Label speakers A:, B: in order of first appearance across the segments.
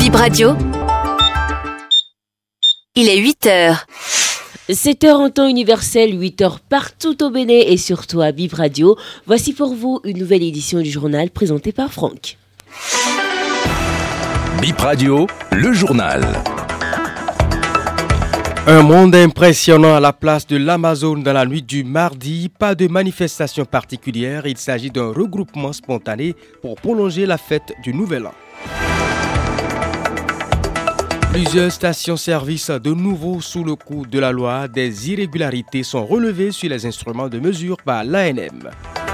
A: Bip Radio, il est 8h.
B: 7h en temps universel, 8h partout au Bénin et surtout à Bip Radio. Voici pour vous une nouvelle édition du journal présentée par Franck.
C: Bip Radio, le journal.
D: Un monde impressionnant à la place de l'Amazone dans la nuit du mardi. Pas de manifestation particulière, il s'agit d'un regroupement spontané pour prolonger la fête du Nouvel An. Plusieurs stations-service de nouveau sous le coup de la loi. Des irrégularités sont relevées sur les instruments de mesure par l'ANM.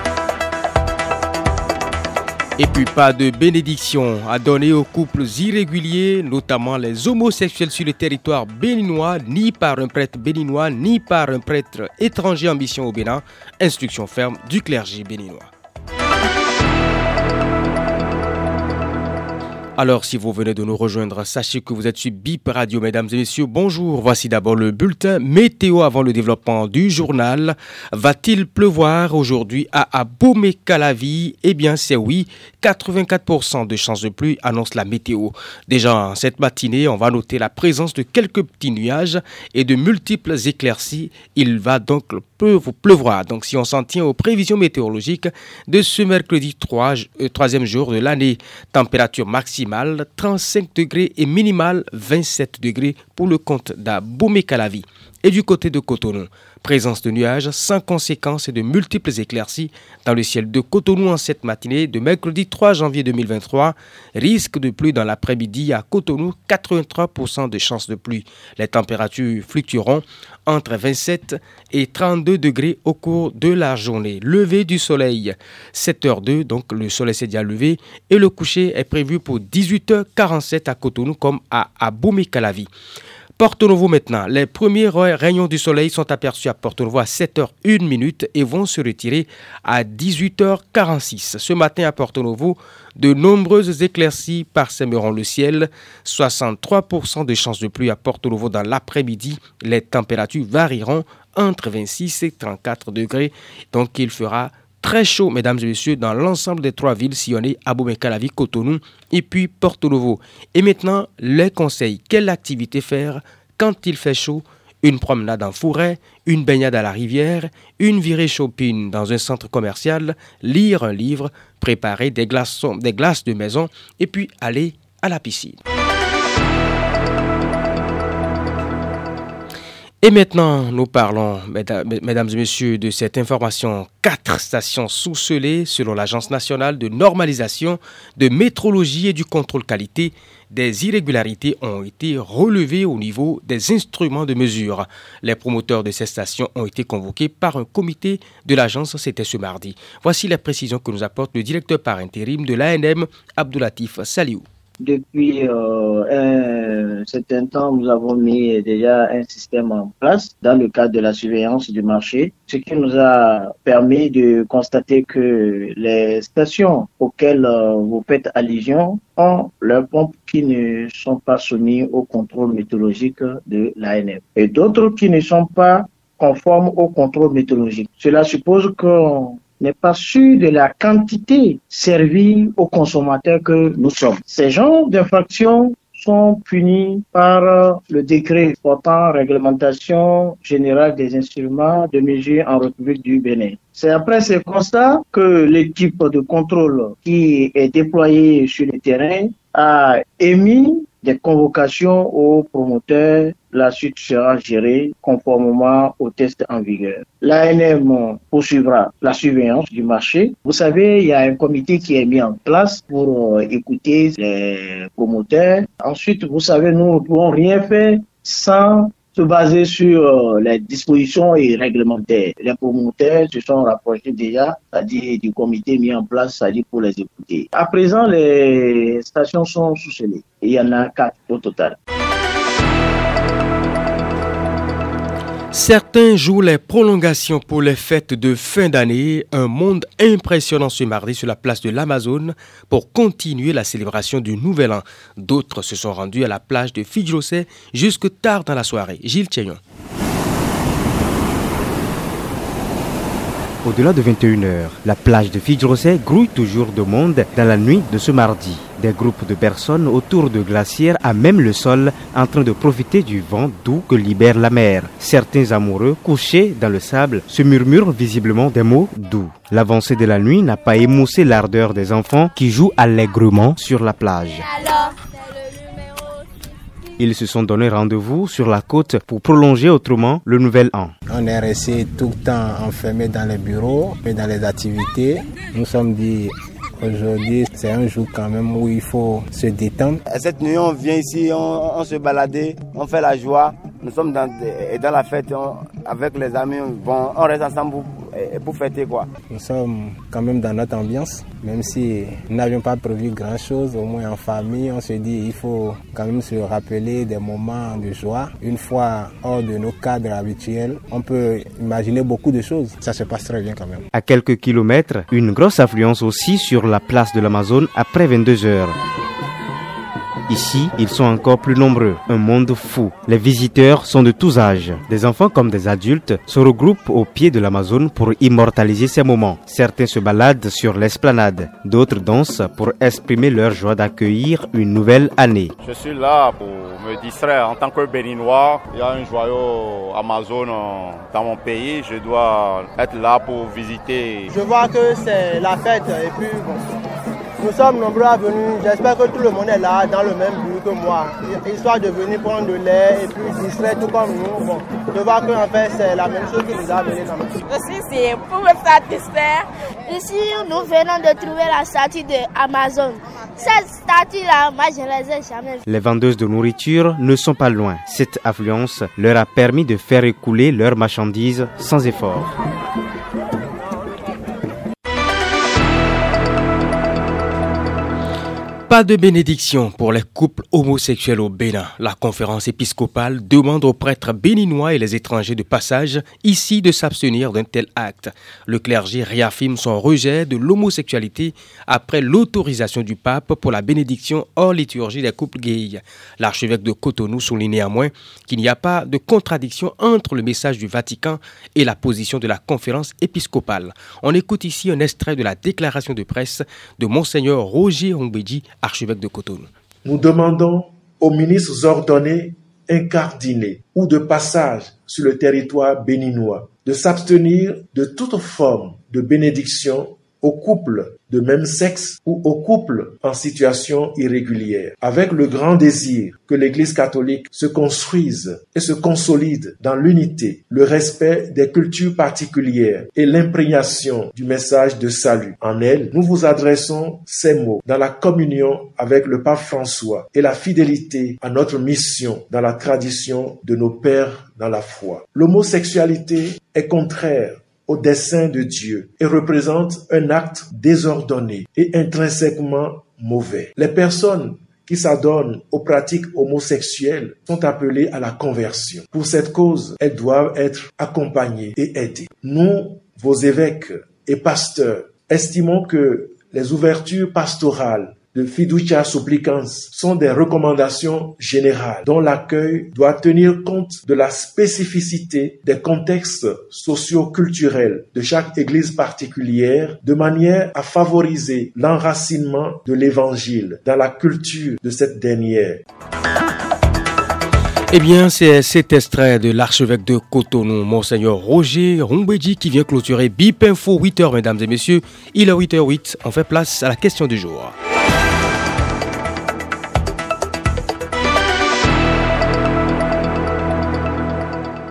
D: Et puis pas de bénédiction à donner aux couples irréguliers, notamment les homosexuels sur le territoire béninois, ni par un prêtre béninois, ni par un prêtre étranger en mission au Bénin. Instruction ferme du clergé béninois. Alors, si vous venez de nous rejoindre, sachez que vous êtes sur Bip Radio, mesdames et messieurs. Bonjour, voici d'abord le bulletin météo avant le développement du journal. Va-t-il pleuvoir aujourd'hui à Abomey-Calavi? Eh bien, c'est oui, 84% de chances de pluie annonce la météo. Déjà, cette matinée, on va noter la présence de quelques petits nuages et de multiples éclaircies. Il va donc pleuvoir. Donc, si on s'en tient aux prévisions météorologiques de ce mercredi 3e jour de l'année, température maximale 35 degrés et minimale 27 degrés pour le compte d'Abomey-Calavi. Et du côté de Cotonou, présence de nuages sans conséquence et de multiples éclaircies dans le ciel de Cotonou en cette matinée de mercredi 3 janvier 2023. Risque de pluie dans l'après-midi à Cotonou, 83% de chances de pluie. Les températures fluctueront entre 27 et 32 degrés au cours de la journée. Lever du soleil, 7h02, donc le soleil s'est déjà levé et le coucher est prévu pour 18h47 à Cotonou comme à Abomey-Calavi. Porto Novo maintenant. Les premiers rayons du soleil sont aperçus à Porto Novo à 7h01 et vont se retirer à 18h46. Ce matin à Porto Novo, de nombreuses éclaircies parsèmeront le ciel. 63% de chances de pluie à Porto Novo dans l'après-midi. Les températures varieront entre 26 et 34 degrés. Donc il fera très chaud, mesdames et messieurs, dans l'ensemble des trois villes sillonnées, Abomey-Calavi, Cotonou et puis Porto Novo. Et maintenant, les conseils. Quelle activité faire quand il fait chaud? Une promenade en forêt, une baignade à la rivière, une virée shopping dans un centre commercial, lire un livre, préparer des glaces de maison et puis aller à la piscine. Et maintenant, nous parlons, mesdames et messieurs, de cette information. 4 stations sous-scellées selon l'Agence nationale de normalisation, de métrologie et du contrôle qualité. Des irrégularités ont été relevées au niveau des instruments de mesure. Les promoteurs de ces stations ont été convoqués par un comité de l'agence, c'était ce mardi. Voici les précisions que nous apporte le directeur par intérim de l'ANM, Abdoulatif Saliou.
E: Depuis un certain temps, nous avons mis déjà un système en place dans le cadre de la surveillance du marché, ce qui nous a permis de constater que les stations auxquelles vous faites allusion ont leurs pompes qui ne sont pas soumises au contrôle météorologique de l'ANM et d'autres qui ne sont pas conformes au contrôle météorologique. Cela suppose qu'on n'est pas sûr de la quantité servie aux consommateurs que nous sommes. Ces genres d'infractions sont punis par le décret portant réglementation générale des instruments de mesure en République du Bénin. C'est après ce constat que l'équipe de contrôle qui est déployée sur le terrain a émis des convocations aux promoteurs. La suite sera gérée conformément aux tests en vigueur. L'ANM poursuivra la surveillance du marché. Vous savez, il y a un comité qui est mis en place pour écouter les promoteurs. Ensuite, vous savez, nous ne pouvons rien faire sans se baser sur les dispositions et réglementaires. Les promoteurs se sont rapprochés déjà, c'est-à-dire du comité mis en place, c'est-à-dire pour les écouter. À présent, les stations sont sous-scellées. Il y en a 4 au total.
D: Certains jouent les prolongations pour les fêtes de fin d'année. Un monde impressionnant ce mardi sur la place de l'Amazone pour continuer la célébration du Nouvel An. D'autres se sont rendus à la plage de Fidjrosset jusque tard dans la soirée. Gilles Tcheyon.
F: Au-delà de 21h, la plage de Fidjrosset grouille toujours de monde dans la nuit de ce mardi.
D: Des groupes de personnes autour de glacières à même le sol en train de profiter du vent doux que libère la mer. Certains amoureux couchés dans le sable se murmurent visiblement des mots doux. L'avancée de la nuit n'a pas émoussé l'ardeur des enfants qui jouent allègrement sur la plage. Ils se sont donné rendez-vous sur la côte pour prolonger autrement le nouvel an.
A: On est resté tout le temps enfermé dans les bureaux et dans les activités. Nous sommes dit aujourd'hui, c'est un jour quand même où il faut se détendre.
F: Cette nuit, on vient ici, on se balade, on fait la joie. Nous sommes dans la fête avec les amis, on reste ensemble pour fêter quoi.
A: Nous sommes quand même dans notre ambiance, même si nous n'avions pas prévu grand chose, au moins en famille, on se dit il faut quand même se rappeler des moments de joie. Une fois hors de nos cadres habituels, on peut imaginer beaucoup de choses. Ça se passe très bien quand même.
D: À quelques kilomètres, une grosse affluence aussi sur la place de l'Amazone après 22 heures. Ici, ils sont encore plus nombreux, un monde fou. Les visiteurs sont de tous âges. Des enfants comme des adultes se regroupent au pied de l'Amazone pour immortaliser ces moments. Certains se baladent sur l'esplanade, d'autres dansent pour exprimer leur joie d'accueillir une nouvelle année.
G: Je suis là pour me distraire. En tant que Béninois, il y a un joyau Amazone dans mon pays. Je dois être là pour visiter.
H: Je vois que c'est la fête et puis bon. Nous sommes nombreux à venir, j'espère que tout le monde est là dans le même but que moi, histoire de venir prendre de l'air et puis distraire tout comme nous. Bon, je vois qu'en fait c'est la même chose qui nous a amenés dans notre vie.
I: Je suis ici pour me faire distraire. Ici nous venons de trouver la statue d'Amazon. Cette statue-là, moi je ne les ai jamais vues.
D: Les vendeuses de nourriture ne sont pas loin. Cette affluence leur a permis de faire écouler leurs marchandises sans effort. Pas de bénédiction pour les couples homosexuels au Bénin. La conférence épiscopale demande aux prêtres béninois et les étrangers de passage ici de s'abstenir d'un tel acte. Le clergé réaffirme son rejet de l'homosexualité après l'autorisation du pape pour la bénédiction hors liturgie des couples gays. L'archevêque de Cotonou souligne néanmoins qu'il n'y a pas de contradiction entre le message du Vatican et la position de la conférence épiscopale. On écoute ici un extrait de la déclaration de presse de Monseigneur Roger Ombedji, archevêque de Cotonou.
J: Nous demandons aux ministres ordonnés, incardinés ou de passage sur le territoire béninois de s'abstenir de toute forme de bénédiction aux couples de même sexe ou aux couples en situation irrégulière, avec le grand désir que l'Église catholique se construise et se consolide dans l'unité, le respect des cultures particulières et l'imprégnation du message de salut. En elle, nous vous adressons ces mots dans la communion avec le pape François et la fidélité à notre mission dans la tradition de nos pères dans la foi. L'homosexualité est contraire au dessein de Dieu et représente un acte désordonné et intrinsèquement mauvais. Les personnes qui s'adonnent aux pratiques homosexuelles sont appelées à la conversion. Pour cette cause, elles doivent être accompagnées et aidées. Nous, vos évêques et pasteurs, estimons que les ouvertures pastorales de Fiducia Supplicans sont des recommandations générales dont l'accueil doit tenir compte de la spécificité des contextes socio-culturels de chaque église particulière de manière à favoriser l'enracinement de l'évangile dans la culture de cette dernière.
D: Eh bien, c'est cet extrait de l'archevêque de Cotonou, Monseigneur Roger Ombedji, qui vient clôturer BIP Info 8h, mesdames et messieurs. Il est 8h08, on fait place à la question du jour.